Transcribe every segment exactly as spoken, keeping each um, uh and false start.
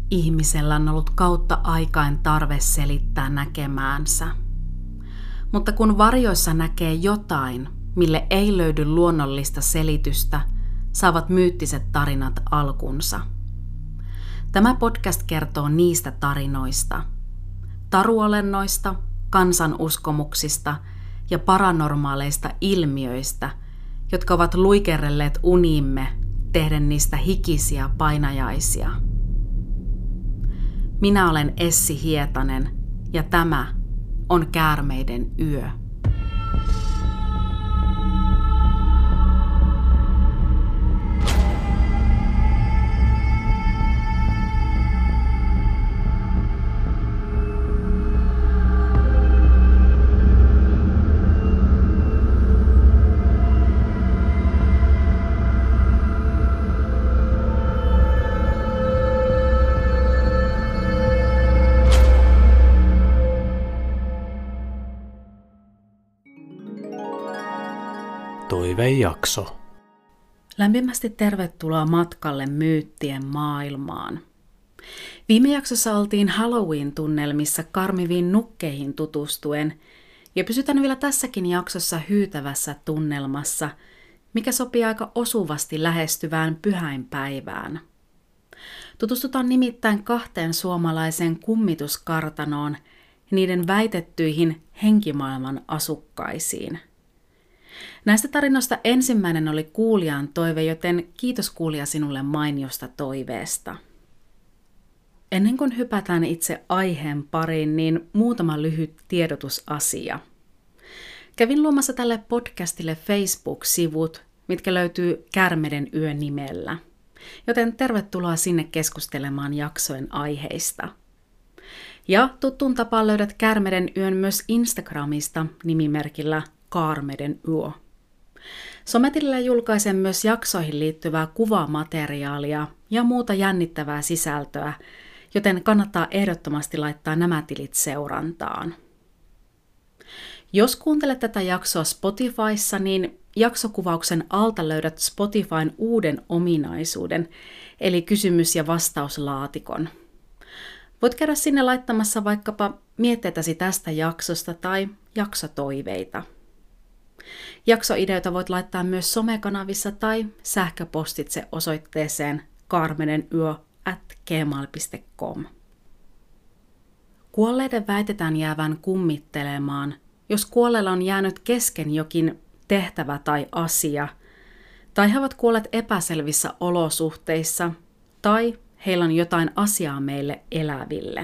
Ihmisellä on ollut kautta aikain tarve selittää näkemäänsä. Mutta kun varjoissa näkee jotain, mille ei löydy luonnollista selitystä, saavat myyttiset tarinat alkunsa. Tämä podcast kertoo niistä tarinoista, taruolennoista, kansanuskomuksista ja paranormaaleista ilmiöistä, jotka ovat luikerelleet uniimme tehden niistä hikisiä painajaisia. Minä olen Essi Hietanen ja tämä on Käärmeiden yö. Toivejakso. Lämpimästi tervetuloa matkalle myyttien maailmaan. Viime jaksossa oltiin Halloween-tunnelmissa karmiviin nukkeihin tutustuen ja pysytään vielä tässäkin jaksossa hyytävässä tunnelmassa, mikä sopii aika osuvasti lähestyvään pyhäinpäivään. Tutustutaan nimittäin kahteen suomalaiseen kummituskartanoon ja niiden väitettyihin henkimaailman asukkaisiin. Näistä tarinoista ensimmäinen oli kuulijan toive, joten kiitos kuulija sinulle mainiosta toiveesta. Ennen kuin hypätään itse aiheen pariin, niin muutama lyhyt tiedotusasia. Kävin luomassa tälle podcastille Facebook-sivut, mitkä löytyy Käärmeiden yö nimellä, joten tervetuloa sinne keskustelemaan jaksojen aiheista. Ja tuttuun tapaan löydät Käärmeiden yön myös Instagramista nimimerkillä Kaarmeiden yö. Sometilillä julkaisen myös jaksoihin liittyvää kuvamateriaalia ja muuta jännittävää sisältöä, joten kannattaa ehdottomasti laittaa nämä tilit seurantaan. Jos kuuntelet tätä jaksoa Spotifyssa, niin jaksokuvauksen alta löydät Spotifyn uuden ominaisuuden, eli kysymys- ja vastauslaatikon. Voit käydä sinne laittamassa vaikkapa mietteitäsi tästä jaksosta tai jaksotoiveita. Jaksoideoita voit laittaa myös somekanavissa tai sähköpostitse osoitteeseen kaarmedenyö at gmail piste com. Kuolleiden väitetään jäävän kummittelemaan, jos kuolleella on jäänyt kesken jokin tehtävä tai asia, tai he ovat kuolleet epäselvissä olosuhteissa, tai heillä on jotain asiaa meille eläville.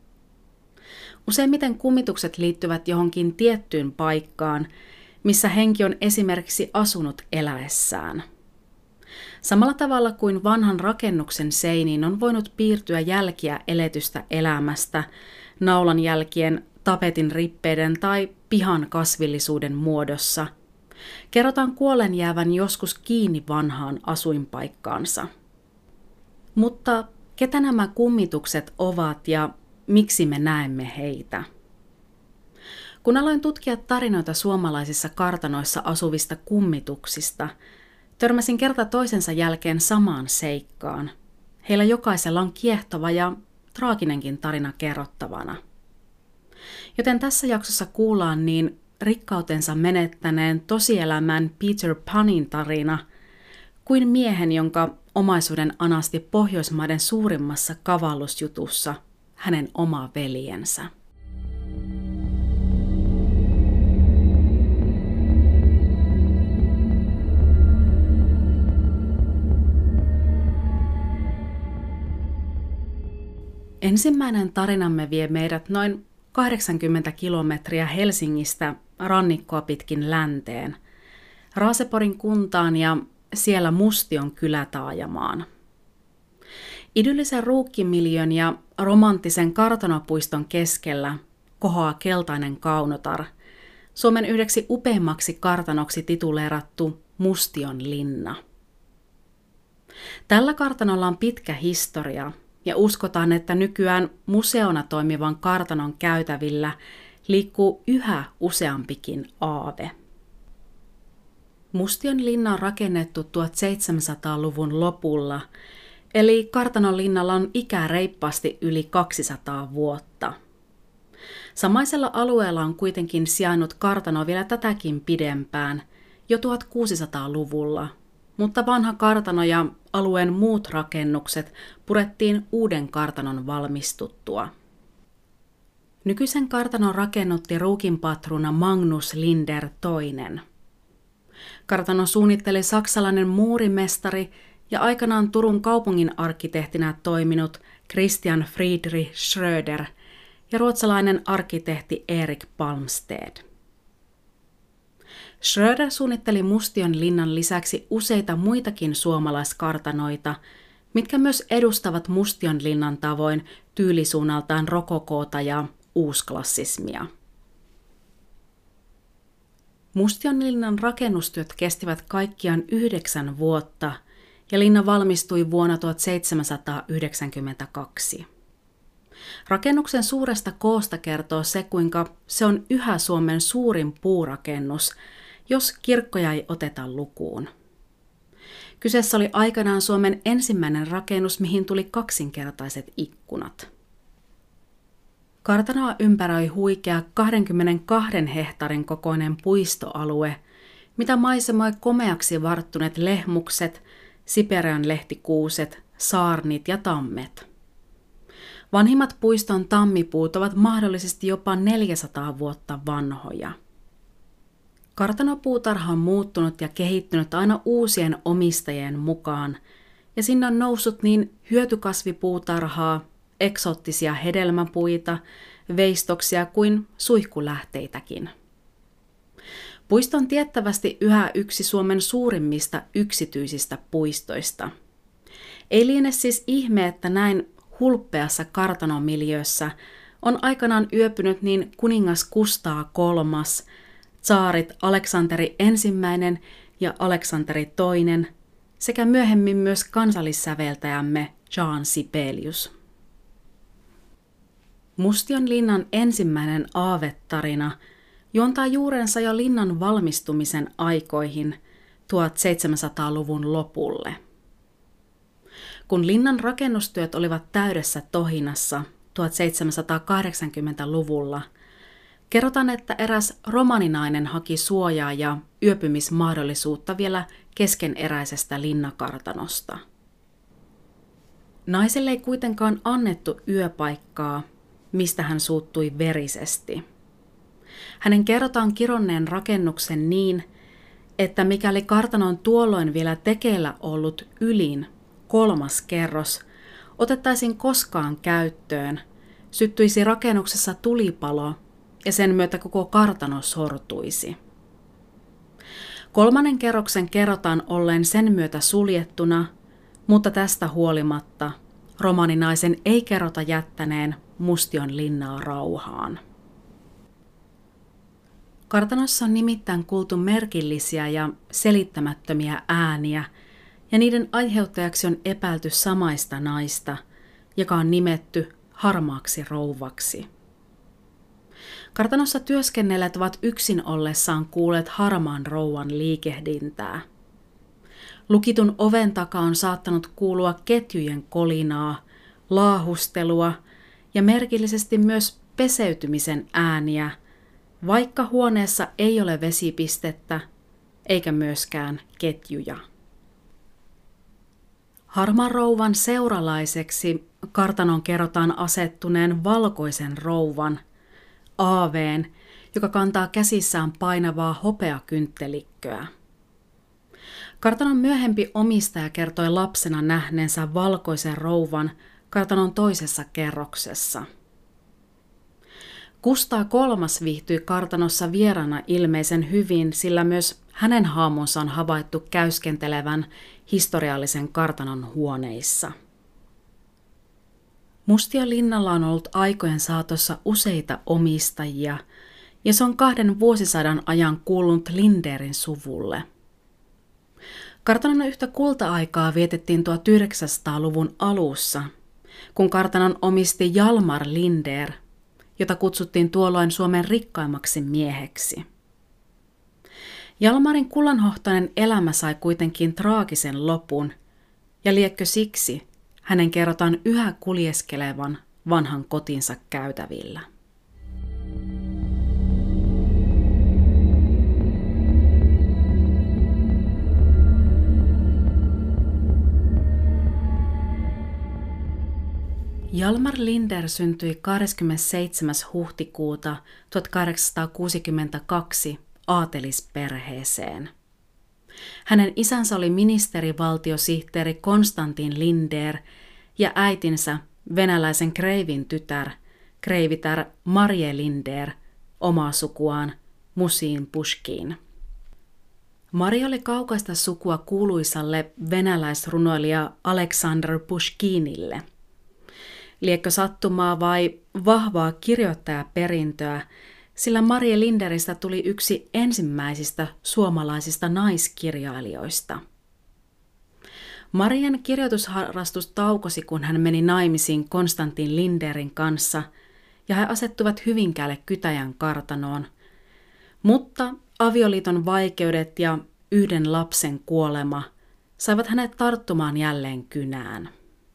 Useimmiten kummitukset liittyvät johonkin tiettyyn paikkaan, missä henki on esimerkiksi asunut eläessään. Samalla tavalla kuin vanhan rakennuksen seiniin on voinut piirtyä jälkiä eletystä elämästä, naulan jälkien, tapetin rippeiden tai pihan kasvillisuuden muodossa, kerrotaan kuolleen jäävän joskus kiinni vanhaan asuinpaikkaansa. Mutta ketä nämä kummitukset ovat ja miksi me näemme heitä? Kun aloin tutkia tarinoita suomalaisissa kartanoissa asuvista kummituksista, törmäsin kerta toisensa jälkeen samaan seikkaan. Heillä jokaisella on kiehtova ja traaginenkin tarina kerrottavana. Joten tässä jaksossa kuullaan niin rikkautensa menettäneen tosielämän Peter Panin tarina, kuin miehen, jonka omaisuuden anasti Pohjoismaiden suurimmassa kavallusjutussa hänen oma veljensä. Ensimmäinen tarinamme vie meidät noin kahdeksankymmentä kilometriä Helsingistä rannikkoa pitkin länteen, Raaseporin kuntaan ja siellä Mustion kylätaajamaan. Idyllisen ruukkimiljön ja romanttisen kartanopuiston keskellä kohoaa keltainen kaunotar, Suomen yhdeksi upeimmaksi kartanoksi tituleerattu Mustion linna. Tällä kartanolla on pitkä historia, ja uskotaan, että nykyään museona toimivan kartanon käytävillä liikkuu yhä useampikin aave. Mustion linna on rakennettu tuhatseitsemänsataaluvun lopulla eli kartanon linnalla on ikää reippaasti yli kaksisataa vuotta. Samaisella alueella on kuitenkin sijainnut kartano vielä tätäkin pidempään, jo tuhatkuusisataaluvulla, mutta vanha kartano ja alueen muut rakennukset purettiin uuden kartanon valmistuttua. Nykyisen kartanon rakennutti ruukinpatruuna Magnus Linder toinen. Kartanon suunnitteli saksalainen muurimestari ja aikanaan Turun kaupungin arkkitehtinä toiminut Christian Friedrich Schröder ja ruotsalainen arkkitehti Erik Palmsted. Schröder suunnitteli Mustion linnan lisäksi useita muitakin suomalaiskartanoita, mitkä myös edustavat Mustion linnan tavoin tyylisuunnaltaan rokokoota ja uusklassismia. Mustion linnan rakennustyöt kestivät kaikkiaan yhdeksän vuotta ja linna valmistui vuonna tuhatseitsemänsataayhdeksänkymmentäkaksi. Rakennuksen suuresta koosta kertoo se, kuinka se on yhä Suomen suurin puurakennus, jos kirkkoja ei oteta lukuun. Kyseessä oli aikanaan Suomen ensimmäinen rakennus, mihin tuli kaksinkertaiset ikkunat. Kartanoa ympäröi huikea kaksikymmentäkaksi hehtaarin kokoinen puistoalue, mitä maisemoi komeaksi varttuneet lehmukset, Siperian lehtikuuset, saarnit ja tammet. Vanhimmat puiston tammipuut ovat mahdollisesti jopa neljäsataa vuotta vanhoja. Kartanopuutarha on muuttunut ja kehittynyt aina uusien omistajien mukaan, ja sinne on noussut niin hyötykasvipuutarhaa, eksoottisia hedelmäpuita, veistoksia kuin suihkulähteitäkin. Puisto on tiettävästi yhä yksi Suomen suurimmista yksityisistä puistoista. Ei liene siis ihme, että näin hulppeassa kartanomiljöössä on aikanaan yöpynyt niin kuningas Kustaa kolmas, tsaarit Aleksanteri ensimmäinen ja Aleksanteri toinen sekä myöhemmin myös kansallissäveltäjämme Jan Sibelius. Mustion linnan ensimmäinen aavetarina juontaa juurensa jo linnan valmistumisen aikoihin tuhatseitsemänsataaluvun lopulle. Kun linnan rakennustyöt olivat täydessä tohinassa tuhatseitsemänsataakahdeksankymmentäluvulla, kerrotaan, että eräs romaninainen haki suojaa ja yöpymismahdollisuutta vielä keskeneräisestä linnakartanosta. Naiselle ei kuitenkaan annettu yöpaikkaa, mistä hän suuttui verisesti. Hänen kerrotaan kironneen rakennuksen niin, että mikäli kartanon tuolloin vielä tekeillä ollut ylin, kolmas kerros, otettaisiin koskaan käyttöön, syttyisi rakennuksessa tulipalo ja sen myötä koko kartano sortuisi. Kolmannen kerroksen kerrotaan olleen sen myötä suljettuna, mutta tästä huolimatta romaninaisen ei kerrota jättäneen Mustion linnaa rauhaan. Kartanossa on nimittäin kuultu merkillisiä ja selittämättömiä ääniä, ja niiden aiheuttajaksi on epäilty samaista naista, joka on nimetty harmaaksi rouvaksi. Kartanossa työskennelleet ovat yksin ollessaan kuulleet harmaan rouvan liikehdintää. Lukitun oven takaa on saattanut kuulua ketjujen kolinaa, laahustelua ja merkillisesti myös peseytymisen ääniä, vaikka huoneessa ei ole vesipistettä eikä myöskään ketjuja. Harmaan rouvan seuralaiseksi kartanon kerrotaan asettuneen valkoisen rouvan, Aaveen, joka kantaa käsissään painavaa hopeakynttelikköä. Kartanon myöhempi omistaja kertoi lapsena nähneensä valkoisen rouvan kartanon toisessa kerroksessa. Kustaa kolmas viihtyi kartanossa vieraana ilmeisen hyvin, sillä myös hänen haamonsa on havaittu käyskentelevän historiallisen kartanon huoneissa. Mustion linnalla on ollut aikojen saatossa useita omistajia, ja se on kahden vuosisadan ajan kuulunut Linderin suvulle. Kartanon yhtä kulta-aikaa vietettiin tuhatyhdeksänsataaluvun alussa, kun kartanon omisti Hjalmar Linder, jota kutsuttiin tuolloin Suomen rikkaimmaksi mieheksi. Hjalmarin kullanhohtoinen elämä sai kuitenkin traagisen lopun, ja liekkö siksi, hänen kerrotaan yhä kuljeskelevan vanhan kotinsa käytävillä. Hjalmar Linder syntyi kahdeskymmenesseitsemäs huhtikuuta tuhatkahdeksansataakuusikymmentäkaksi aatelisperheeseen. Hänen isänsä oli ministerivaltiosihteeri Konstantin Linder ja äitinsä venäläisen kreivin tytär, kreivitär Marie Linder, omaa sukuaan Musin Pushkin. Maria oli kaukaista sukua kuuluisalle venäläisrunoilija Aleksandr Pushkinille. Liekkö sattumaa vai vahvaa kirjoittajaperintöä, sillä Marie Linderistä tuli yksi ensimmäisistä suomalaisista naiskirjailijoista. Marian kirjoitusharrastus taukosi, kun hän meni naimisiin Konstantin Linderin kanssa, ja he asettuivat Hyvinkäälle Kytäjän kartanoon. Mutta avioliiton vaikeudet ja yhden lapsen kuolema saivat hänet tarttumaan jälleen kynään.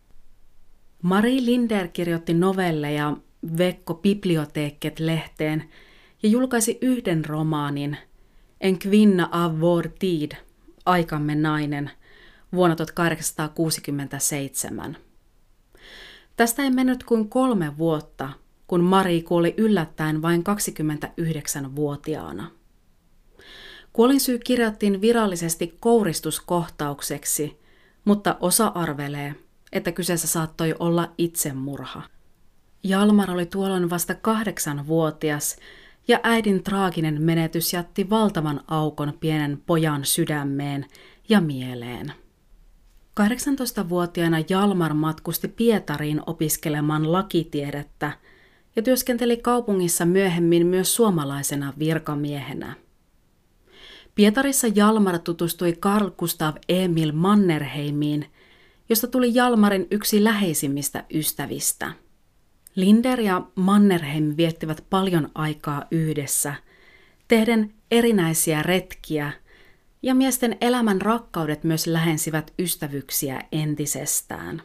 Marie Linder kirjoitti novelleja Vekko Biblioteket-lehteen ja julkaisi yhden romaanin, En kvinna av vår tid, aikamme nainen, vuonna tuhatkahdeksansataakuusikymmentäseitsemän. Tästä ei mennyt kuin kolme vuotta, kun Marie kuoli yllättäen vain kaksikymmentäyhdeksänvuotiaana. Kuolinsyy kirjattiin virallisesti kouristuskohtaukseksi, mutta osa arvelee, että kyseessä saattoi olla itsemurha. Hjalmar oli tuolloin vasta kahdeksanvuotias ja äidin traaginen menetys jätti valtavan aukon pienen pojan sydämeen ja mieleen. kahdeksantoistavuotiaana Hjalmar matkusti Pietariin opiskelemaan lakitiedettä ja työskenteli kaupungissa myöhemmin myös suomalaisena virkamiehenä. Pietarissa Hjalmar tutustui Carl Gustav Emil Mannerheimiin, josta tuli Hjalmarin yksi läheisimmistä ystävistä. Linder ja Mannerheim viettivät paljon aikaa yhdessä, tehden erinäisiä retkiä, ja miesten elämän rakkaudet myös lähensivät ystävyyksiä entisestään.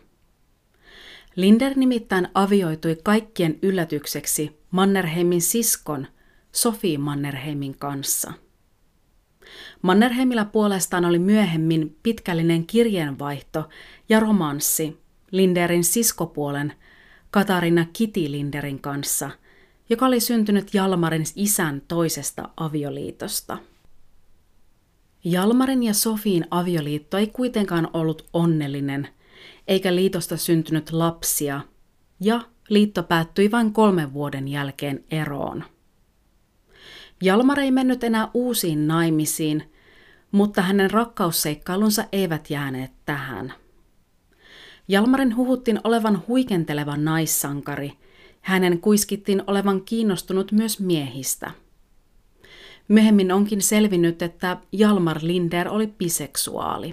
Linder nimittäin avioitui kaikkien yllätykseksi Mannerheimin siskon Sophie Mannerheimin kanssa. Mannerheimilla puolestaan oli myöhemmin pitkällinen kirjeenvaihto ja romanssi Linderin siskopuolen Katarina Kitty Linderin kanssa, joka oli syntynyt Hjalmarin isän toisesta avioliitosta. Hjalmarin ja Sofiin avioliitto ei kuitenkaan ollut onnellinen, eikä liitosta syntynyt lapsia, ja liitto päättyi vain kolmen vuoden jälkeen eroon. Hjalmar ei mennyt enää uusiin naimisiin, mutta hänen rakkausseikkailunsa eivät jääneet tähän. Hjalmarin huhuttiin olevan huikenteleva naissankari, hänen kuiskittiin olevan kiinnostunut myös miehistä. Myöhemmin onkin selvinnyt, että Hjalmar Linder oli biseksuaali.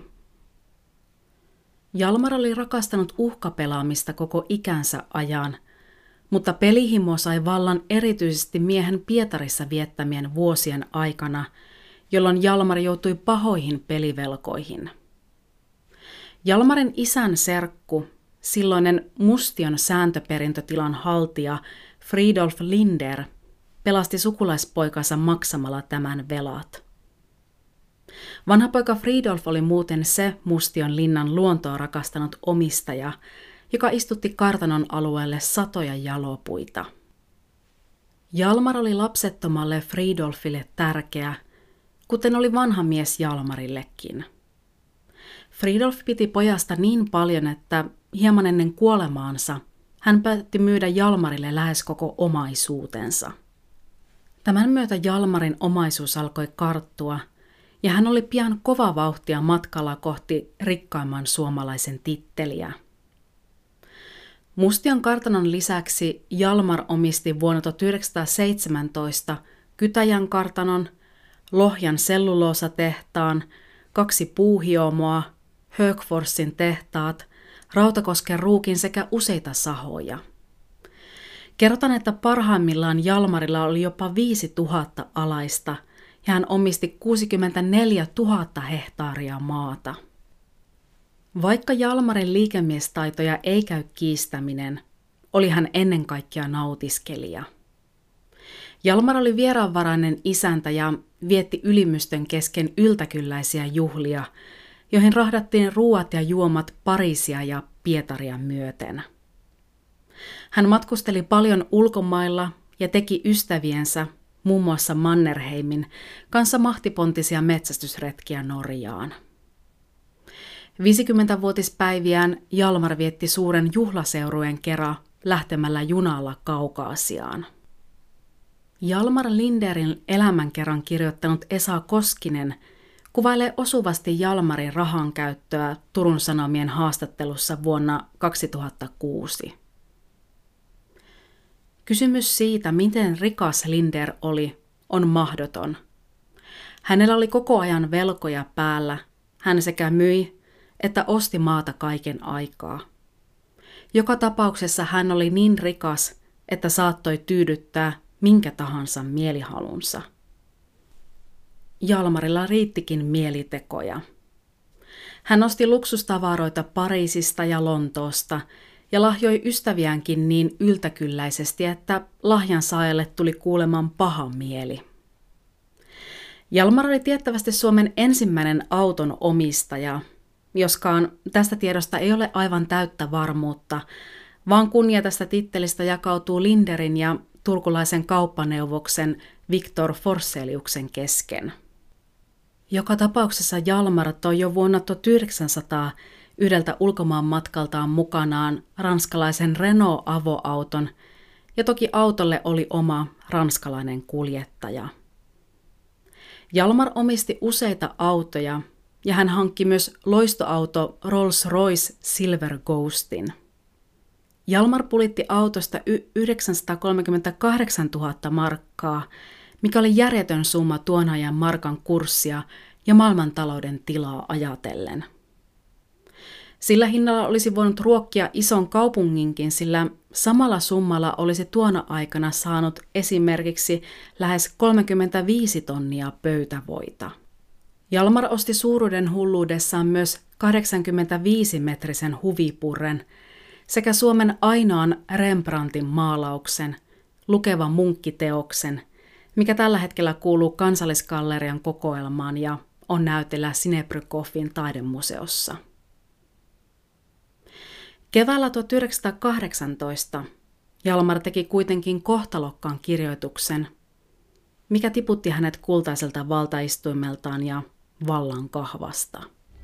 Hjalmar oli rakastanut uhkapelaamista koko ikänsä ajan, mutta pelihimo sai vallan erityisesti miehen Pietarissa viettämien vuosien aikana, jolloin Hjalmar joutui pahoihin pelivelkoihin. Hjalmarin isän serkku, silloinen Mustion sääntöperintötilan haltija Fridolf Linder, pelasti sukulaispoikansa maksamalla tämän velat. Vanha poika Fridolf oli muuten se Mustion linnan luontoa rakastanut omistaja, joka istutti kartanon alueelle satoja jalopuita. Hjalmar oli lapsettomalle Fridolfille tärkeä, kuten oli vanha mies Hjalmarillekin. Fridolf piti pojasta niin paljon, että hieman ennen kuolemaansa hän päätti myydä Hjalmarille lähes koko omaisuutensa. Tämän myötä Hjalmarin omaisuus alkoi karttua, ja hän oli pian kova vauhtia matkalla kohti rikkaimman suomalaisen titteliä. Mustion kartanon lisäksi Hjalmar omisti vuonna tuhatyhdeksänsataaseitsemäntoista Kytäjän kartanon, Lohjan selluloosatehtaan, kaksi puuhiomoa, Högforsin tehtaat, Rautakosken ruukin sekä useita sahoja. Kerrotaan, että parhaimmillaan Hjalmarilla oli jopa viisituhatta alaista ja hän omisti kuusikymmentäneljätuhatta hehtaaria maata. Vaikka Jalmarin liikemiestaitoja ei käy kiistäminen, oli hän ennen kaikkea nautiskelija. Jalmar oli vieraanvarainen isäntä ja vietti ylimystön kesken yltäkylläisiä juhlia, joihin rahdattiin ruuat ja juomat Pariisia ja Pietaria myöten. Hän matkusteli paljon ulkomailla ja teki ystäviensä, muun muassa Mannerheimin, kanssa mahtipontisia metsästysretkiä Norjaan. viisikymmentävuotispäiviään Jalmar vietti suuren juhlaseurueen kera lähtemällä junalla Kaukaasiaan. Jalmar Linderin elämänkerran kirjoittanut Esa Koskinen kuvailee osuvasti Jalmarin rahankäyttöä Turun Sanomien haastattelussa vuonna kaksituhattakuusi. Kysymys siitä, miten rikas Linder oli, on mahdoton. Hänellä oli koko ajan velkoja päällä. Hän sekä myi että osti maata kaiken aikaa. Joka tapauksessa hän oli niin rikas, että saattoi tyydyttää minkä tahansa mielihalunsa. Jalmarilla riittikin mielitekoja. Hän osti luksustavaroita Pariisista ja Lontoosta ja lahjoi ystäviäänkin niin yltäkylläisesti, että lahjan saajalle tuli kuulemaan paha mieli. Jalmar oli tiettävästi Suomen ensimmäinen auton omistaja, joskaan tästä tiedosta ei ole aivan täyttä varmuutta, vaan kunnia tästä tittelistä jakautuu Linderin ja turkulaisen kauppaneuvoksen Viktor Forseliuksen kesken. Joka tapauksessa Jalmar toi jo vuonna tuhatyhdeksänsataa yhdeltä ulkomaan matkaltaan mukanaan ranskalaisen Renault-avoauton, ja toki autolle oli oma ranskalainen kuljettaja. Jalmar omisti useita autoja, ja hän hankki myös loistoauto Rolls-Royce Silver Ghostin. Jalmar pulitti autosta yhdeksänsataakolmekymmentäkahdeksantuhatta markkaa, mikä oli järjetön summa tuon ajan markan kurssia ja maailmantalouden tilaa ajatellen. Sillä hinnalla olisi voinut ruokkia ison kaupunginkin, sillä samalla summalla olisi tuona aikana saanut esimerkiksi lähes kolmekymmentäviisi tonnia pöytävoita. Jalmar osti suuruuden hulluudessaan myös kahdeksankymmentäviisi-metrisen huvipurren sekä Suomen ainoan Rembrandtin maalauksen, Lukeva munkkiteoksen, mikä tällä hetkellä kuuluu Kansallisgallerian kokoelmaan ja on näytellä Sinebrychoffin taidemuseossa. Keväällä tuhatyhdeksänsataakahdeksantoista Jalmar teki kuitenkin kohtalokkaan kirjoituksen, mikä tiputti hänet kultaiselta valtaistuimeltaan ja vallan kahvasta.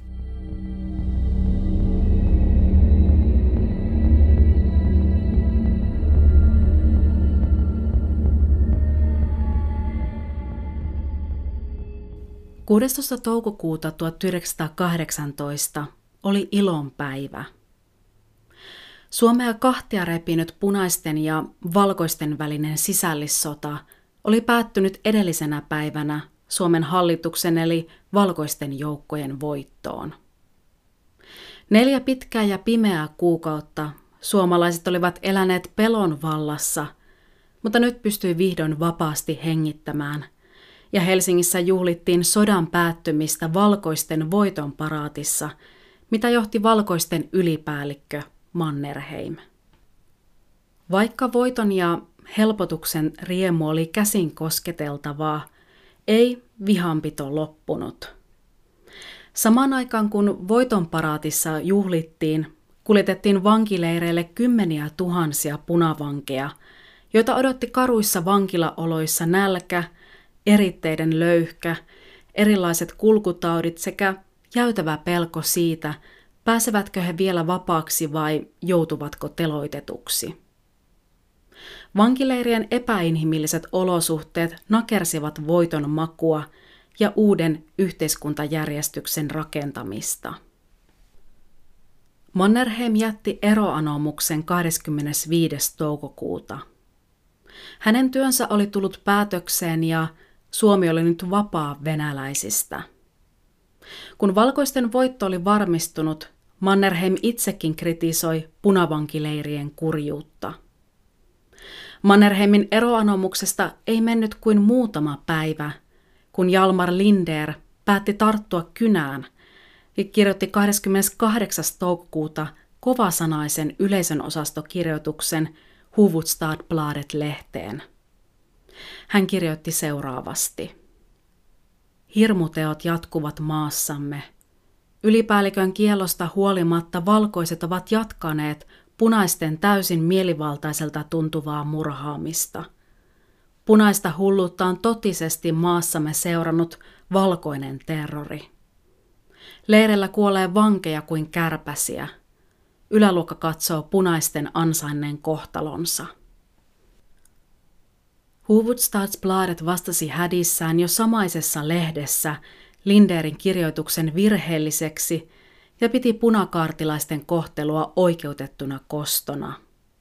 kuudestoista toukokuuta tuhatyhdeksänsataakahdeksantoista oli ilonpäivä. Suomea kahtia repinyt punaisten ja valkoisten välinen sisällissota oli päättynyt edellisenä päivänä Suomen hallituksen eli valkoisten joukkojen voittoon. Neljä pitkää ja pimeää kuukautta suomalaiset olivat eläneet pelon vallassa, mutta nyt pystyi vihdoin vapaasti hengittämään, ja Helsingissä juhlittiin sodan päättymistä valkoisten voiton paraatissa, mitä johti valkoisten ylipäällikkö Mannerheim. Vaikka voiton ja helpotuksen riemu oli käsin kosketeltavaa, ei vihanpito loppunut. Samaan aikaan kun voiton paraatissa juhlittiin, kuljetettiin vankileireille kymmeniä tuhansia punavankeja, joita odotti karuissa vankilaoloissa nälkä, eritteiden löyhkä, erilaiset kulkutaudit sekä jäytävä pelko siitä, pääsevätkö he vielä vapaaksi vai joutuvatko teloitetuksi. Vankileirien epäinhimilliset olosuhteet nakersivat voiton makua ja uuden yhteiskuntajärjestyksen rakentamista. Mannerheim jätti eroanomuksen kahdeskymmenesviides toukokuuta. Hänen työnsä oli tullut päätökseen ja Suomi oli nyt vapaa venäläisistä. Kun valkoisten voitto oli varmistunut, Mannerheim itsekin kritisoi punavankileirien kurjuutta. Mannerheimin eroanomuksesta ei mennyt kuin muutama päivä, kun Jalmar Linder päätti tarttua kynään, kirjoitti kahdeskymmeneskahdeksas toukokuuta kovasanaisen yleisön osastokirjoituksen Hufvudstadsbladet-lehteen. Hän kirjoitti seuraavasti. Hirmuteot jatkuvat maassamme. Ylipäällikön kiellosta huolimatta valkoiset ovat jatkaneet punaisten täysin mielivaltaiselta tuntuvaa murhaamista. Punaista hulluutta on totisesti maassamme seurannut valkoinen terrori. Leirellä kuolee vankeja kuin kärpäsiä. Yläluokka katsoo punaisten ansainneen kohtalonsa. Hufvudstadsbladet vastasi hädissään jo samaisessa lehdessä Linderin kirjoituksen virheelliseksi ja piti punakaartilaisten kohtelua oikeutettuna kostona.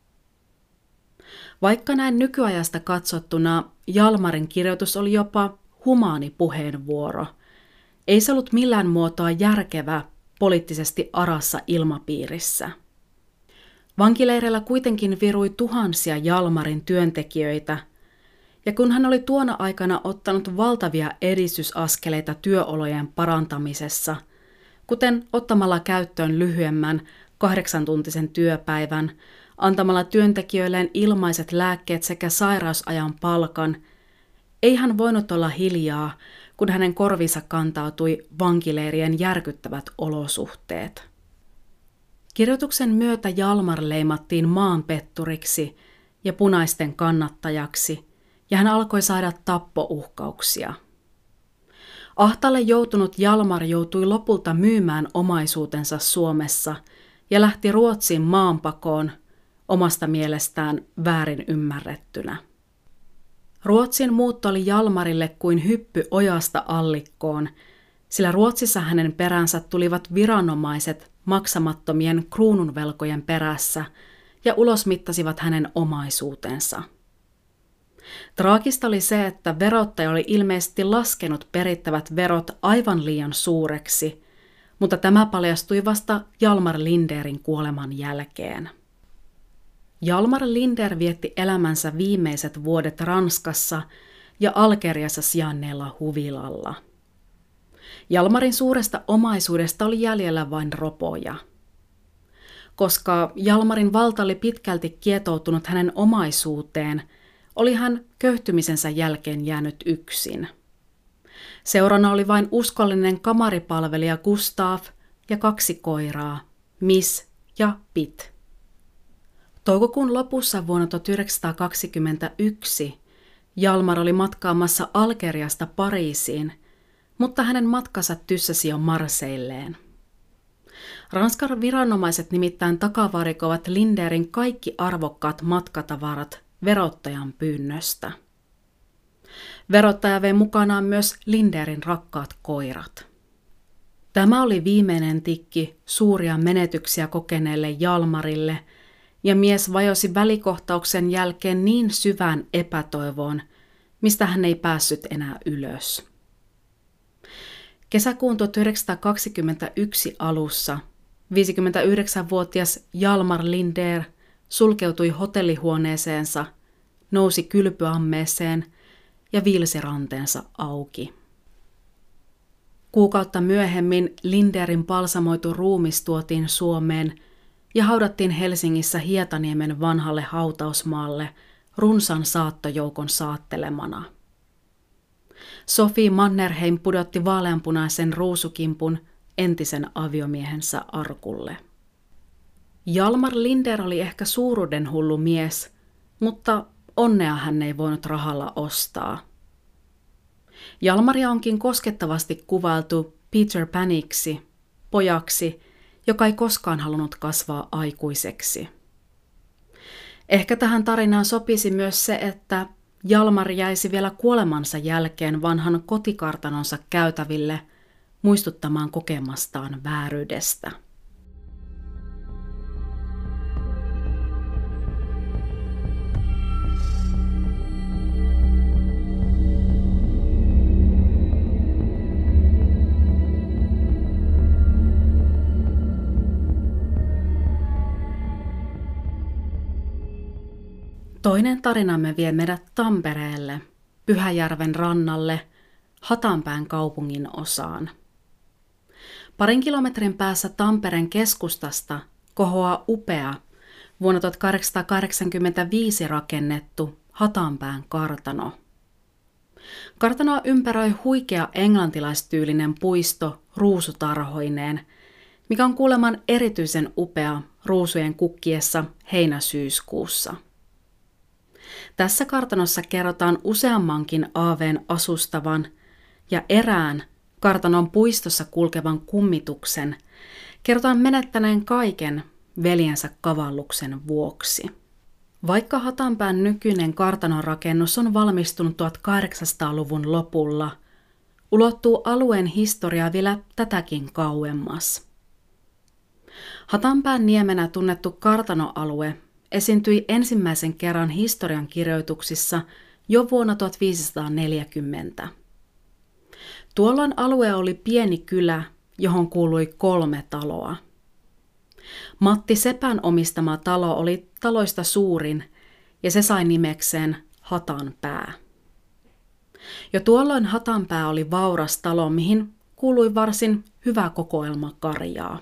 Vaikka näin nykyajasta katsottuna Hjalmarin kirjoitus oli jopa humaani puheenvuoro, ei se ollut millään muotoa järkevä poliittisesti arassa ilmapiirissä. Vankileireillä kuitenkin virui tuhansia Hjalmarin työntekijöitä, ja kun hän oli tuona aikana ottanut valtavia edistysaskeleita työolojen parantamisessa, kuten ottamalla käyttöön lyhyemmän kahdeksantuntisen työpäivän, antamalla työntekijöilleen ilmaiset lääkkeet sekä sairausajan palkan, ei hän voinut olla hiljaa, kun hänen korvinsa kantautui vankileirien järkyttävät olosuhteet. Kirjoituksen myötä Hjalmar leimattiin maanpetturiksi ja punaisten kannattajaksi, ja hän alkoi saada tappouhkauksia. Ahtalle joutunut Hjalmar joutui lopulta myymään omaisuutensa Suomessa ja lähti Ruotsiin maanpakoon, omasta mielestään väärin ymmärrettynä. Ruotsin muutto oli Hjalmarille kuin hyppy ojasta allikkoon, sillä Ruotsissa hänen peränsä tulivat viranomaiset maksamattomien kruununvelkojen perässä ja ulosmittasivat hänen omaisuutensa. Traagista oli se, että verottaja oli ilmeisesti laskenut perittävät verot aivan liian suureksi, mutta tämä paljastui vasta Hjalmar Linderin kuoleman jälkeen. Hjalmar Linder vietti elämänsä viimeiset vuodet Ranskassa ja Algeriassa sijainneella huvilalla. Hjalmarin suuresta omaisuudesta oli jäljellä vain ropoja. Koska Hjalmarin valta oli pitkälti kietoutunut hänen omaisuuteen, oli hän köyhtymisensä jälkeen jäänyt yksin. Seurana oli vain uskollinen kamaripalvelija Gustav ja kaksi koiraa, Miss ja Pit. Toukokuun lopussa vuonna tuhatyhdeksänsataakaksikymmentäyksi Hjalmar oli matkaamassa Algeriasta Pariisiin, mutta hänen matkansa tyssäsi jo Marseilleen. Ranskan viranomaiset nimittäin takavarikoivat Linderin kaikki arvokkaat matkatavarat verottajan pyynnöstä. Verottaja vei mukanaan myös Linderin rakkaat koirat. Tämä oli viimeinen tikki suuria menetyksiä kokeneelle Hjalmarille, ja mies vajosi välikohtauksen jälkeen niin syvään epätoivoon, mistä hän ei päässyt enää ylös. Kesäkuun tuhatyhdeksänsataakaksikymmentäyksi alussa viisikymmentäyhdeksänvuotias Hjalmar Linder sulkeutui hotellihuoneeseensa, nousi kylpyammeeseen ja viilsi ranteensa auki. Kuukautta myöhemmin Linderin balsamoitu ruumis tuotiin Suomeen ja haudattiin Helsingissä Hietaniemen vanhalle hautausmaalle runsan saattojoukon saattelemana. Sophie Mannerheim pudotti vaaleanpunaisen ruusukimpun entisen aviomiehensä arkulle. Hjalmar Linder oli ehkä suuruuden hullu mies, mutta onnea hän ei voinut rahalla ostaa. Hjalmaria onkin koskettavasti kuvailtu Peter Paniksi, pojaksi, joka ei koskaan halunnut kasvaa aikuiseksi. Ehkä tähän tarinaan sopisi myös se, että Hjalmar jäisi vielä kuolemansa jälkeen vanhan kotikartanonsa käytäville muistuttamaan kokemastaan vääryydestä. Toinen tarinamme vie meidät Tampereelle, Pyhäjärven rannalle, Hatanpään kaupungin osaan. Parin kilometrin päässä Tampereen keskustasta kohoaa upea vuonna tuhatkahdeksansataakahdeksankymmentäviisi rakennettu Hatanpään kartano. Kartanoa ympäröi huikea englantilaistyylinen puisto ruusutarhoineen, mikä on kuuleman erityisen upea ruusujen kukkiessa heinä-syyskuussa. Tässä kartanossa kerrotaan useammankin aaveen asustavan ja erään kartanon puistossa kulkevan kummituksen kerrotaan menettäneen kaiken veljensä kavalluksen vuoksi. Vaikka Hatanpään nykyinen kartanonrakennus on valmistunut tuhatkahdeksansataaluvun lopulla, ulottuu alueen historia vielä tätäkin kauemmas. Hatanpään niemenä tunnettu kartanoalue esiintyi ensimmäisen kerran historiankirjoituksissa jo vuonna tuhatviisisataaneljäkymmentä. Tuolloin alue oli pieni kylä, johon kuului kolme taloa. Matti Sepän omistama talo oli taloista suurin ja se sai nimekseen Hatanpää. Jo tuolloin Hatanpää oli vauras talo, mihin kuului varsin hyvä kokoelma karjaa.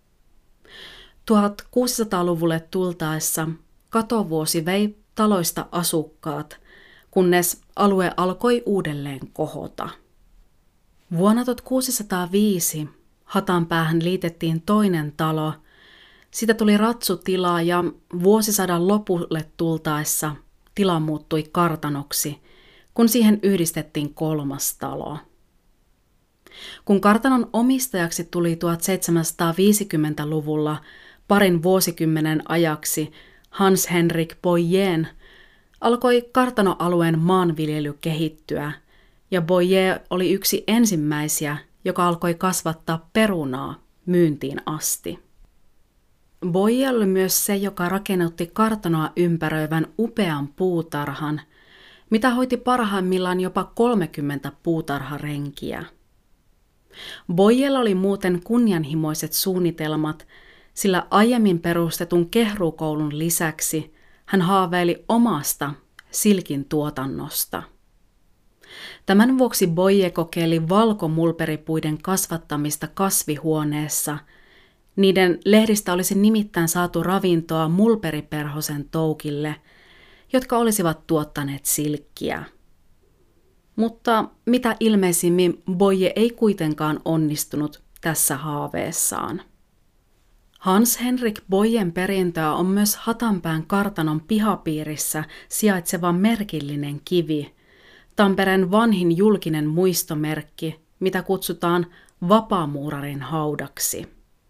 tuhatkuusisataaluvulle tultaessa katovuosi vei taloista asukkaat, kunnes alue alkoi uudelleen kohota. Vuonna tuhatkuusisataaviisi Hatanpäähän liitettiin toinen talo. Siitä tuli ratsutilaa ja vuosisadan lopulle tultaessa tila muuttui kartanoksi, kun siihen yhdistettiin kolmas talo. Kun kartanon omistajaksi tuli tuhatseitsemänsataaviisikymmentäluvulla parin vuosikymmenen ajaksi Hans Henrik Boyen, alkoi kartanoalueen maanviljely kehittyä ja Boye oli yksi ensimmäisiä, joka alkoi kasvattaa perunaa myyntiin asti. Boye oli myös se, joka rakennutti kartanoa ympäröivän upean puutarhan, mitä hoiti parhaimmillaan jopa kolmekymmentä puutarharenkiä. Boyella oli muuten kunnianhimoiset suunnitelmat, sillä aiemmin perustetun kehruukoulun lisäksi hän haaveili omasta silkin tuotannosta. Tämän vuoksi Boye kokeili valkomulperipuiden kasvattamista kasvihuoneessa. Niiden lehdistä olisi nimittäin saatu ravintoa mulperiperhosen toukille, jotka olisivat tuottaneet silkkiä. Mutta mitä ilmeisimmin Boye ei kuitenkaan onnistunut tässä haaveessaan. Hans Henrik Boyen perintöä on myös Hatanpään kartanon pihapiirissä sijaitseva merkillinen kivi, Tampereen vanhin julkinen muistomerkki, mitä kutsutaan vapaamuurarin haudaksi.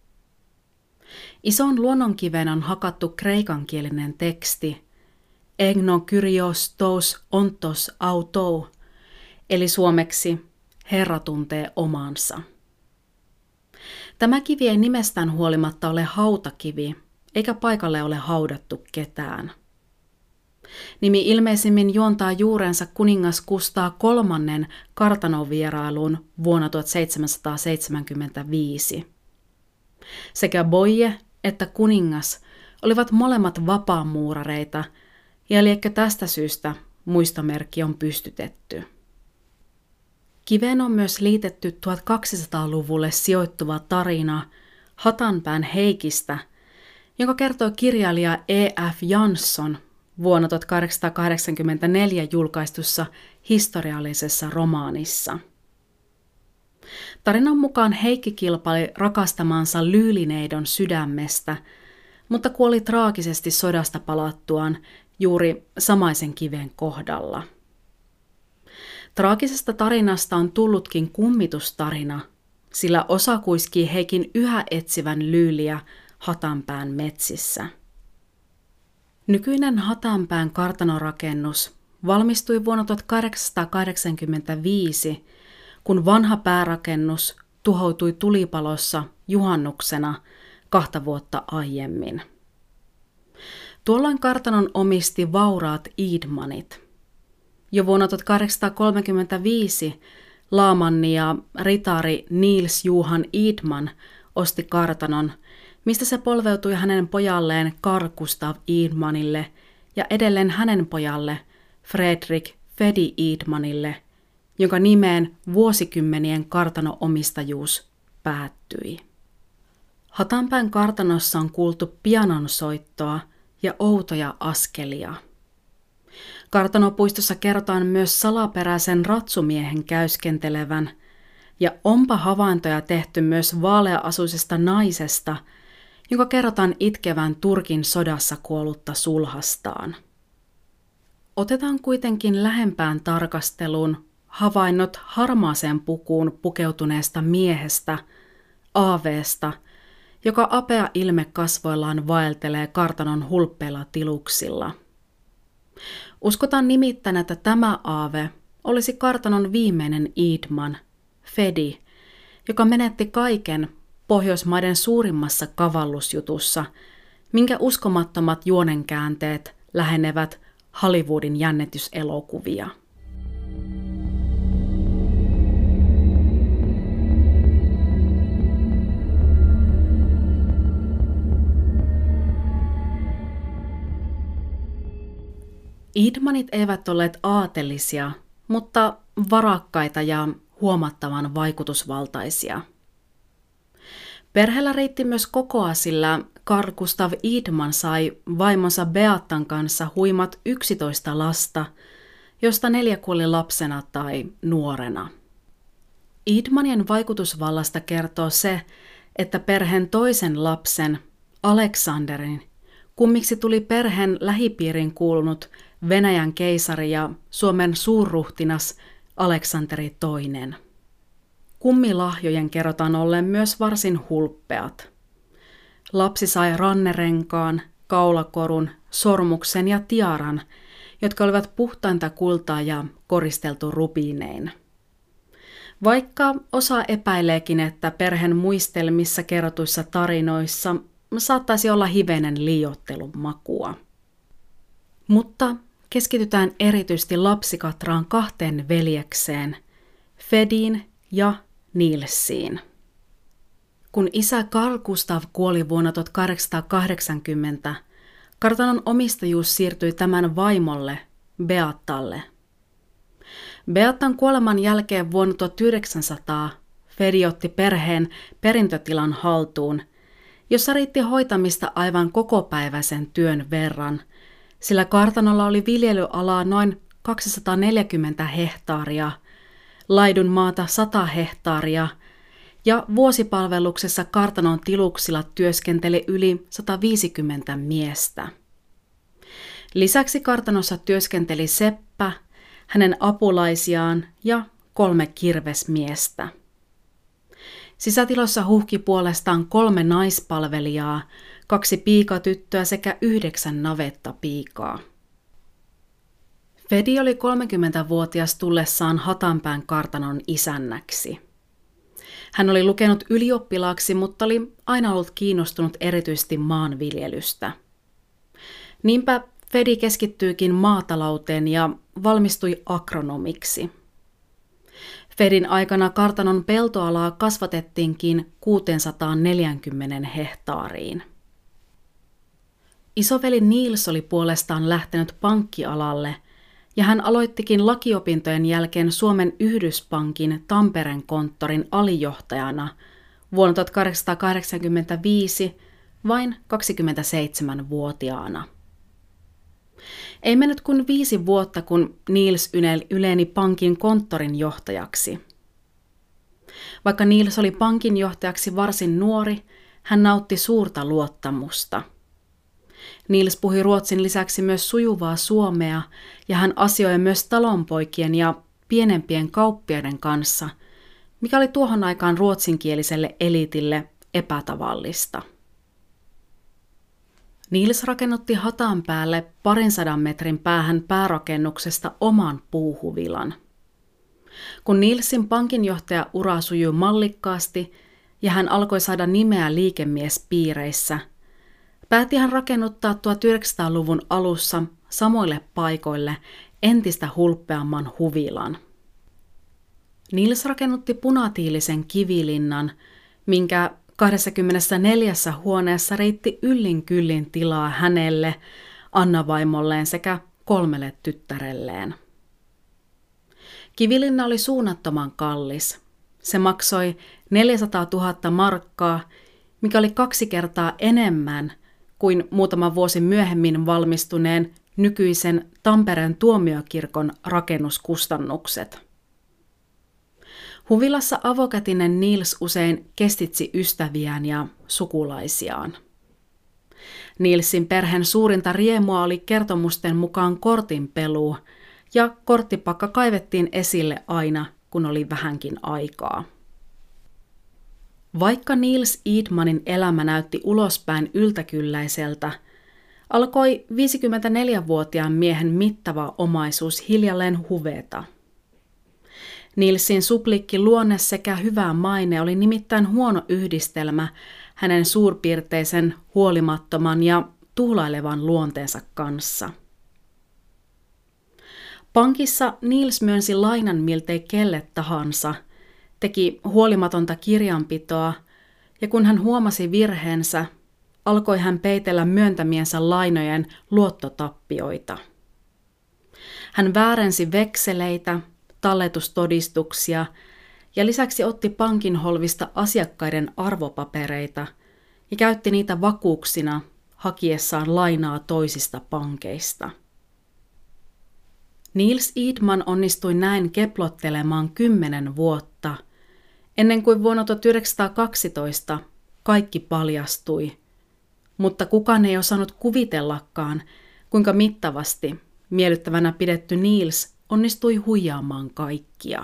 Ison luonnonkiveen on hakattu kreikankielinen teksti Egno kyrios tous ontos autou, eli suomeksi Herra tuntee omansa. Tämä kivi ei nimestään huolimatta ole hautakivi, eikä paikalle ole haudattu ketään. Nimi ilmeisimmin juontaa juurensa kuningas Kustaa kolmannen kartanovierailuun vuonna tuhatseitsemänsataaseitsemänkymmentäviisi. Sekä Boye että kuningas olivat molemmat vapaamuurareita, ja liekö tästä syystä muistomerkki on pystytetty. Kiveen on myös liitetty tuhatkaksisataaluvulle sijoittuva tarina Hatanpään Heikistä, jonka kertoo kirjailija E F Jansson vuonna tuhatkahdeksansataakahdeksankymmentäneljä julkaistussa historiallisessa romaanissa. Tarinan mukaan Heikki kilpaili rakastamansa Lyylineidon sydämestä, mutta kuoli traagisesti sodasta palattuaan juuri samaisen kiven kohdalla. Traagisesta tarinasta on tullutkin kummitustarina, sillä osa kuiskii Heikin yhä etsivän Lyyliä Hatanpään metsissä. Nykyinen Hatanpään kartanorakennus valmistui vuonna tuhatkahdeksansataakahdeksankymmentäviisi, kun vanha päärakennus tuhoutui tulipalossa juhannuksena kahta vuotta aiemmin. Tuolloin kartanon omisti vauraat Idmanit. Jo vuonna tuhatkahdeksansataakolmekymmentäviisi laamanni ja ritari Niels Johan Idman osti kartanon, mistä se polveutui hänen pojalleen Carl Gustaf Idmanille ja edelleen hänen pojalle Fredrik Fedi Idmanille, jonka nimeen vuosikymmenien kartano-omistajuus päättyi. Hatanpään kartanossa on kuultu pianonsoittoa ja outoja askelia. Kartanopuistossa kerrotaan myös salaperäisen ratsumiehen käyskentelevän, ja onpa havaintoja tehty myös vaalea-asuisesta naisesta, jonka kerrotaan itkevän Turkin sodassa kuollutta sulhastaan. Otetaan kuitenkin lähempään tarkasteluun havainnot harmaaseen pukuun pukeutuneesta miehestä, aaveesta, joka apea ilme kasvoillaan vaeltelee kartanon hulppeilla tiluksilla. Uskotaan nimittäin, että tämä aave olisi kartanon viimeinen Idman, Fedi, joka menetti kaiken Pohjoismaiden suurimmassa kavallusjutussa, minkä uskomattomat juonenkäänteet lähenevät Hollywoodin jännityselokuvia. Idmanit eivät olleet aatelisia, mutta varakkaita ja huomattavan vaikutusvaltaisia. Perheellä riitti myös kokoa, sillä Carl Gustaf Idman sai vaimonsa Beatan kanssa huimat yksitoista lasta, josta neljä kuoli lapsena tai nuorena. Idmanien vaikutusvallasta kertoo se, että perheen toisen lapsen, Aleksanderin, kummiksi tuli perheen lähipiiriin kuulunut Venäjän keisari ja Suomen suurruhtinas Aleksanteri toinen. Kummilahjojen kerrotaan olleen myös varsin hulppeat. Lapsi sai rannerenkaan, kaulakorun, sormuksen ja tiaran, jotka olivat puhtainta kultaa ja koristeltu rubiinein. Vaikka osa epäileekin, että perheen muistelmissa kerrotuissa tarinoissa saattaisi olla hivenen liioittelun makua. Mutta keskitytään erityisesti lapsikatraan kahteen veljekseen, Fediin ja Nilsiin. Kun isä Carl Gustaf kuoli vuonna tuhatkahdeksansataakahdeksankymmentä, kartanon omistajuus siirtyi tämän vaimolle, Beatalle. Beatan kuoleman jälkeen vuonna tuhatyhdeksänsataa Fedi otti perheen perintötilan haltuun, jossa riitti hoitamista aivan kokopäiväisen työn verran, sillä kartanolla oli viljelyalaa noin kaksisataaneljäkymmentä hehtaaria, laidunmaata sata hehtaaria ja vuosipalveluksessa kartanon tiluksilla työskenteli yli sata viisikymmentä miestä. Lisäksi kartanossa työskenteli seppä, hänen apulaisiaan ja kolme kirvesmiestä. Sisätilossa huhki puolestaan kolme naispalvelijaa, kaksi piikatyttöä sekä yhdeksän navettapiikaa. Fedi oli kolmekymmentävuotias tullessaan Hatanpään kartanon isännäksi. Hän oli lukenut ylioppilaaksi, mutta oli aina ollut kiinnostunut erityisesti maanviljelystä. Niinpä Fedi keskittyykin maatalouteen ja valmistui agronomiksi. Fedin aikana kartanon peltoalaa kasvatettiinkin kuusisataaneljäkymmentä hehtaariin. Isoveli Niels oli puolestaan lähtenyt pankkialalle, ja hän aloittikin lakiopintojen jälkeen Suomen Yhdyspankin Tampereen konttorin alijohtajana vuonna tuhatkahdeksansataakahdeksankymmentäviisi vain kaksikymmentäseitsemänvuotiaana. Ei mennyt kuin viisi vuotta, kun Niels yleni pankin konttorin johtajaksi. Vaikka Niels oli pankinjohtajaksi varsin nuori, hän nautti suurta luottamusta. Niels puhui ruotsin lisäksi myös sujuvaa suomea ja hän asioi myös talonpoikien ja pienempien kauppiaiden kanssa, mikä oli tuohon aikaan ruotsinkieliselle eliitille epätavallista. Niels rakennutti Hatanpäälle parin sadan metrin päähän päärakennuksesta oman puuhuvilan. Kun Nielsin pankinjohtaja ura sujui mallikkaasti ja hän alkoi saada nimeä liikemiespiireissä, päätti hän rakennuttaa tuhatyhdeksänsataaluvun alussa samoille paikoille entistä hulppeamman huvilan. Niels rakennutti punatiilisen kivilinnan, minkä kaksikymmentäneljä huoneessa riitti yllin kyllin tilaa hänelle, Anna-vaimolleen sekä kolmelle tyttärelleen. Kivilinna oli suunnattoman kallis. Se maksoi neljäsataatuhatta markkaa, mikä oli kaksi kertaa enemmän kuin muutama vuosi myöhemmin valmistuneen nykyisen Tampereen tuomiokirkon rakennuskustannukset. Huvilassa avokätinen Niels usein kestitsi ystäviään ja sukulaisiaan. Nielsin perheen suurinta riemua oli kertomusten mukaan kortinpelu, ja korttipakka kaivettiin esille aina, kun oli vähänkin aikaa. Vaikka Niels Idmanin elämä näytti ulospäin yltäkylläiseltä, alkoi viisikymmentäneljävuotiaan miehen mittava omaisuus hiljalleen huveta. Nielsin suplikki luonne sekä hyvä maine oli nimittäin huono yhdistelmä hänen suurpiirteisen, huolimattoman ja tuhlailevan luonteensa kanssa. Pankissa Niels myönsi lainan miltei kelle tahansa, teki huolimatonta kirjanpitoa, ja kun hän huomasi virheensä, alkoi hän peitellä myöntämiensä lainojen luottotappioita. Hän väärensi vekseleitä, talletustodistuksia ja lisäksi otti pankin holvista asiakkaiden arvopapereita ja käytti niitä vakuuksina hakiessaan lainaa toisista pankeista. Niels Idman onnistui näin keplottelemaan kymmenen vuotta, ennen kuin vuonna tuhatyhdeksänsataakaksitoista kaikki paljastui, mutta kukaan ei osannut kuvitellakaan, kuinka mittavasti miellyttävänä pidetty Niels onnistui huijaamaan kaikkia.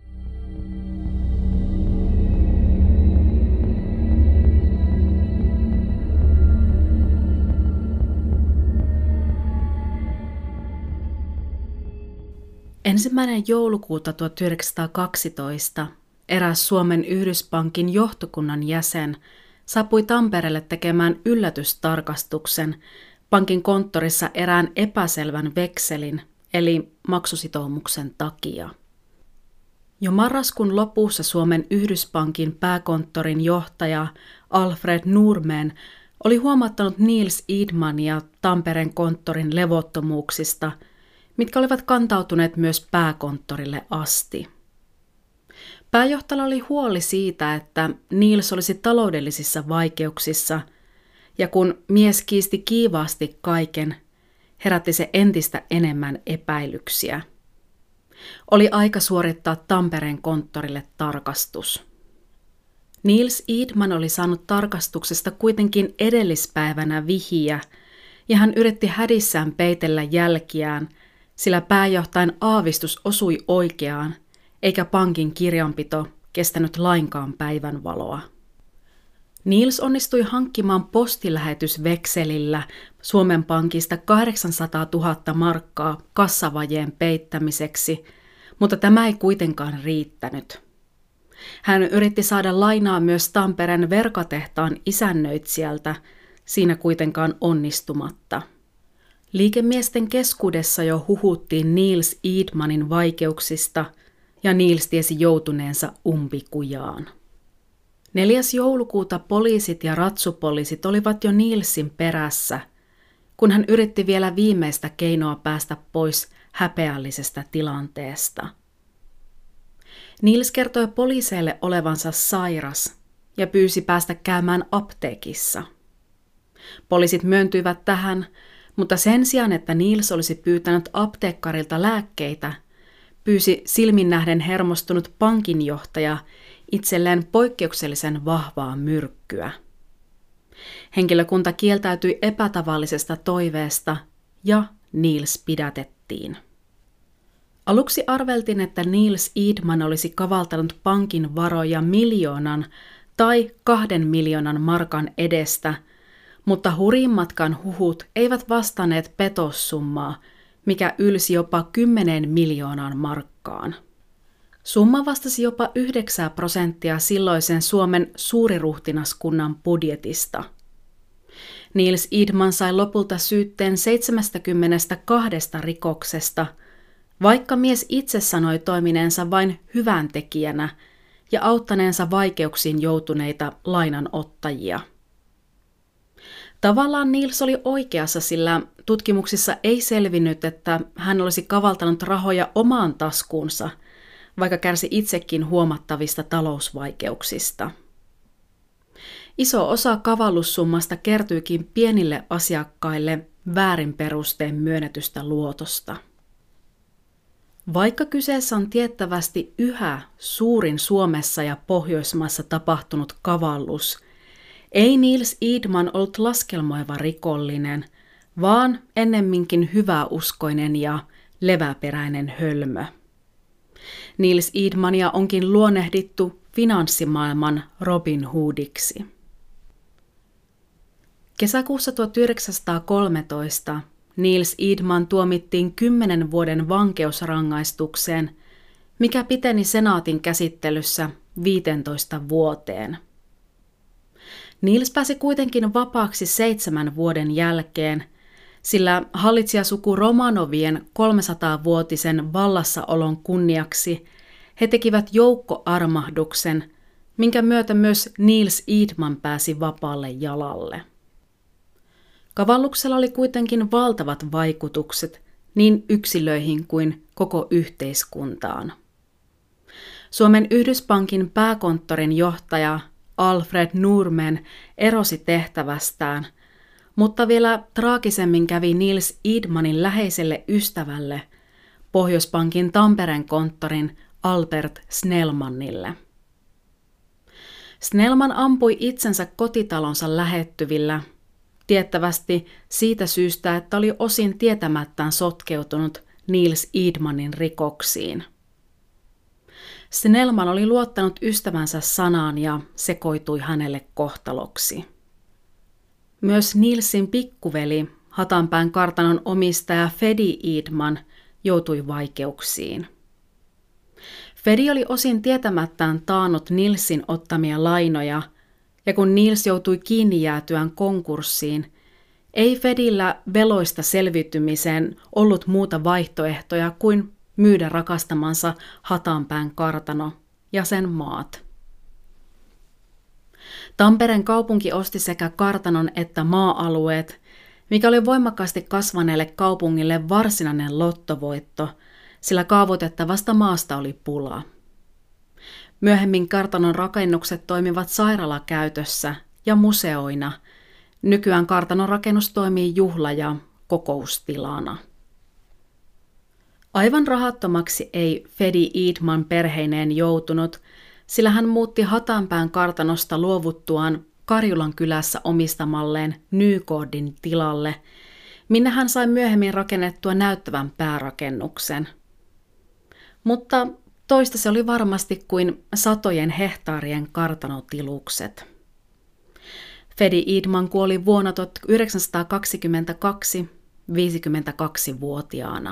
Ensimmäinen joulukuuta tuhatyhdeksänsataakaksitoista eräs Suomen Yhdyspankin johtokunnan jäsen saapui Tampereelle tekemään yllätystarkastuksen pankin konttorissa erään epäselvän vekselin eli maksusitoumuksen takia. Jo marraskuun lopussa Suomen Yhdyspankin pääkonttorin johtaja Alfred Nurmen oli huomattanut Niels Idmania Tampereen konttorin levottomuuksista, mitkä olivat kantautuneet myös pääkonttorille asti. Pääjohtajalla oli huoli siitä, että Niels olisi taloudellisissa vaikeuksissa, ja kun mies kiisti kiivaasti kaiken, herätti se entistä enemmän epäilyksiä. Oli aika suorittaa Tampereen konttorille tarkastus. Niels Idman oli saanut tarkastuksesta kuitenkin edellispäivänä vihiä, ja hän yritti hädissään peitellä jälkiään, sillä pääjohtajan aavistus osui oikeaan, eikä pankin kirjanpito kestänyt lainkaan päivänvaloa. Niels onnistui hankkimaan postilähetysvekselillä Suomen Pankista kahdeksansataatuhatta markkaa kassavajeen peittämiseksi, mutta tämä ei kuitenkaan riittänyt. Hän yritti saada lainaa myös Tampereen verkatehtaan isännöitsijältä, siinä kuitenkaan onnistumatta. Liikemiesten keskuudessa jo huhuttiin Niels Idmanin vaikeuksista, ja Niels tiesi joutuneensa umpikujaan. neljäs joulukuuta poliisit ja ratsupoliisit olivat jo Nielsin perässä, kun hän yritti vielä viimeistä keinoa päästä pois häpeällisestä tilanteesta. Niels kertoi poliiseille olevansa sairas ja pyysi päästä käymään apteekissa. Poliisit myöntyivät tähän, mutta sen sijaan, että Niels olisi pyytänyt apteekkarilta lääkkeitä, pyysi silmin nähden hermostunut pankinjohtaja itselleen poikkeuksellisen vahvaa myrkkyä. Henkilökunta kieltäytyi epätavallisesta toiveesta ja Niels pidätettiin. Aluksi arveltiin, että Niels Idman olisi kavaltanut pankin varoja miljoonan tai kahden miljoonan markan edestä, mutta hurjimmatkaan huhut eivät vastanneet petossummaa, mikä ylsi jopa kymmeneen miljoonaan markkaan. Summa vastasi jopa yhdeksän prosenttia silloisen Suomen suuriruhtinaskunnan budjetista. Niels Idman sai lopulta syytteen seitsemästäkymmenestäkahdesta rikoksesta, vaikka mies itse sanoi toimineensa vain hyväntekijänä ja auttaneensa vaikeuksiin joutuneita lainanottajia. Tavallaan Niels oli oikeassa, sillä tutkimuksissa ei selvinnyt, että hän olisi kavaltanut rahoja omaan taskuunsa, vaikka kärsi itsekin huomattavista talousvaikeuksista. Iso osa kavallussummasta kertyykin pienille asiakkaille väärin perustein myönnetystä luotosta. Vaikka kyseessä on tiettävästi yhä suurin Suomessa ja Pohjoismaassa tapahtunut kavallus, ei Niels Idman ollut laskelmoiva rikollinen, vaan ennemminkin hyväuskoinen ja leväperäinen hölmö. Niels Idmania onkin luonnehdittu finanssimaailman Robin Hoodiksi. Kesäkuussa tuhatyhdeksänsataakolmetoista Niels Idman tuomittiin kymmenen vuoden vankeusrangaistukseen, mikä piteni senaatin käsittelyssä viisitoista vuoteen. Niels pääsi kuitenkin vapaaksi seitsemän vuoden jälkeen, sillä hallitsijasuku Romanovien kolmesataavuotisen vallassaolon kunniaksi he tekivät joukkoarmahduksen, minkä myötä myös Niels Idman pääsi vapaalle jalalle. Kavalluksella oli kuitenkin valtavat vaikutukset niin yksilöihin kuin koko yhteiskuntaan. Suomen Yhdyspankin pääkonttorin johtaja Alfred Nurmen erosi tehtävästään, mutta vielä traagisemmin kävi Niels Idmanin läheiselle ystävälle, Pohjoispankin Tampereen konttorin Albert Snellmanille. Snellman ampui itsensä kotitalonsa lähettyvillä, tiettävästi siitä syystä, että oli osin tietämättään sotkeutunut Niels Idmanin rikoksiin. Snellman oli luottanut ystävänsä sanaan ja sekoitui hänelle kohtaloksi. Myös Nielsin pikkuveli, Hatanpään kartanon omistaja Fedi Idman, joutui vaikeuksiin. Fedi oli osin tietämättään taannut Nielsin ottamia lainoja, ja kun Niels joutui kiinni jäätyään konkurssiin, ei Fedillä veloista selviytymiseen ollut muuta vaihtoehtoja kuin myydä rakastamansa Hatanpään kartano ja sen maat. Tampereen kaupunki osti sekä kartanon että maa-alueet, mikä oli voimakkaasti kasvaneelle kaupungille varsinainen lottovoitto, sillä kaavoitettavasta maasta oli pula. Myöhemmin kartanon rakennukset toimivat sairaalakäytössä ja museoina. Nykyään kartanon rakennus toimii juhla- ja kokoustilana. Aivan rahattomaksi ei Fedi Idman perheineen joutunut, sillä hän muutti Hatanpään kartanosta luovuttuaan Karjulan kylässä omistamalleen Nykårdin tilalle, minne hän sai myöhemmin rakennettua näyttävän päärakennuksen. Mutta toista se oli varmasti kuin satojen hehtaarien kartanotilukset. Fedi Idman kuoli vuonna tuhatyhdeksänsataakaksikymmentäkaksi viisikymmentäkaksivuotiaana.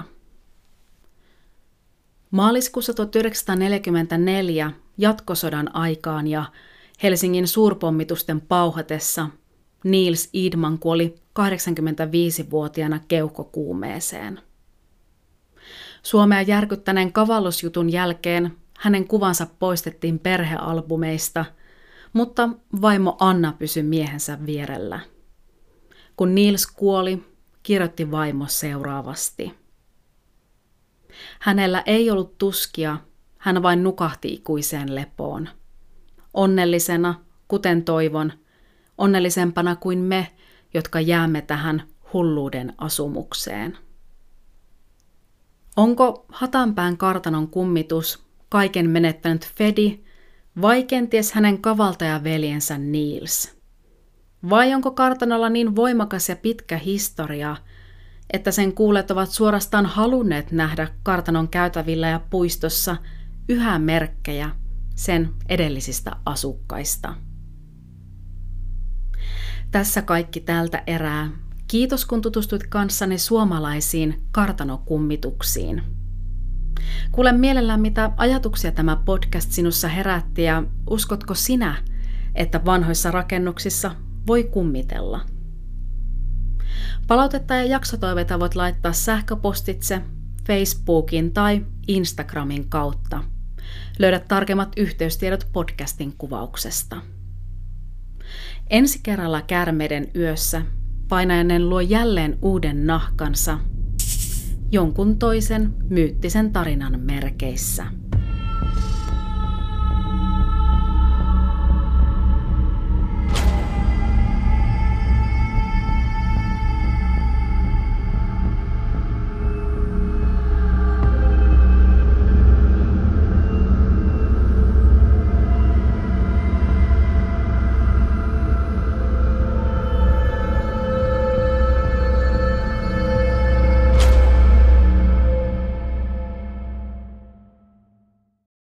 Maaliskuussa tuhatyhdeksänsataaneljäkymmentäneljä jatkosodan aikaan ja Helsingin suurpommitusten pauhatessa Niels Idman kuoli kahdeksankymmentäviisivuotiaana keuhkokuumeeseen. Suomea järkyttäneen kavallusjutun jälkeen hänen kuvansa poistettiin perhealbumeista, mutta vaimo Anna pysyi miehensä vierellä. Kun Niels kuoli, kirjoitti vaimo seuraavasti. Hänellä ei ollut tuskia, hän vain nukahti ikuiseen lepoon. Onnellisena, kuten toivon, onnellisempana kuin me, jotka jäämme tähän hulluuden asumukseen. Onko Hatanpään kartanon kummitus kaiken menettänyt Fedi vai kenties hänen kavaltajaveljensä Niels? Vai onko kartanolla niin voimakas ja pitkä historia, että sen kuulet ovat suorastaan halunneet nähdä kartanon käytävillä ja puistossa yhä merkkejä sen edellisistä asukkaista? Tässä kaikki tältä erää. Kiitos kun tutustuit kanssani suomalaisiin kartanokummituksiin. Kuule mielellään, mitä ajatuksia tämä podcast sinussa herätti ja uskotko sinä, että vanhoissa rakennuksissa voi kummitella? Palautetta ja jaksotoiveita voit laittaa sähköpostitse, Facebookin tai Instagramin kautta. Löydät tarkemmat yhteystiedot podcastin kuvauksesta. Ensi kerralla Käärmeiden yössä painajainen luo jälleen uuden nahkansa jonkun toisen myyttisen tarinan merkeissä.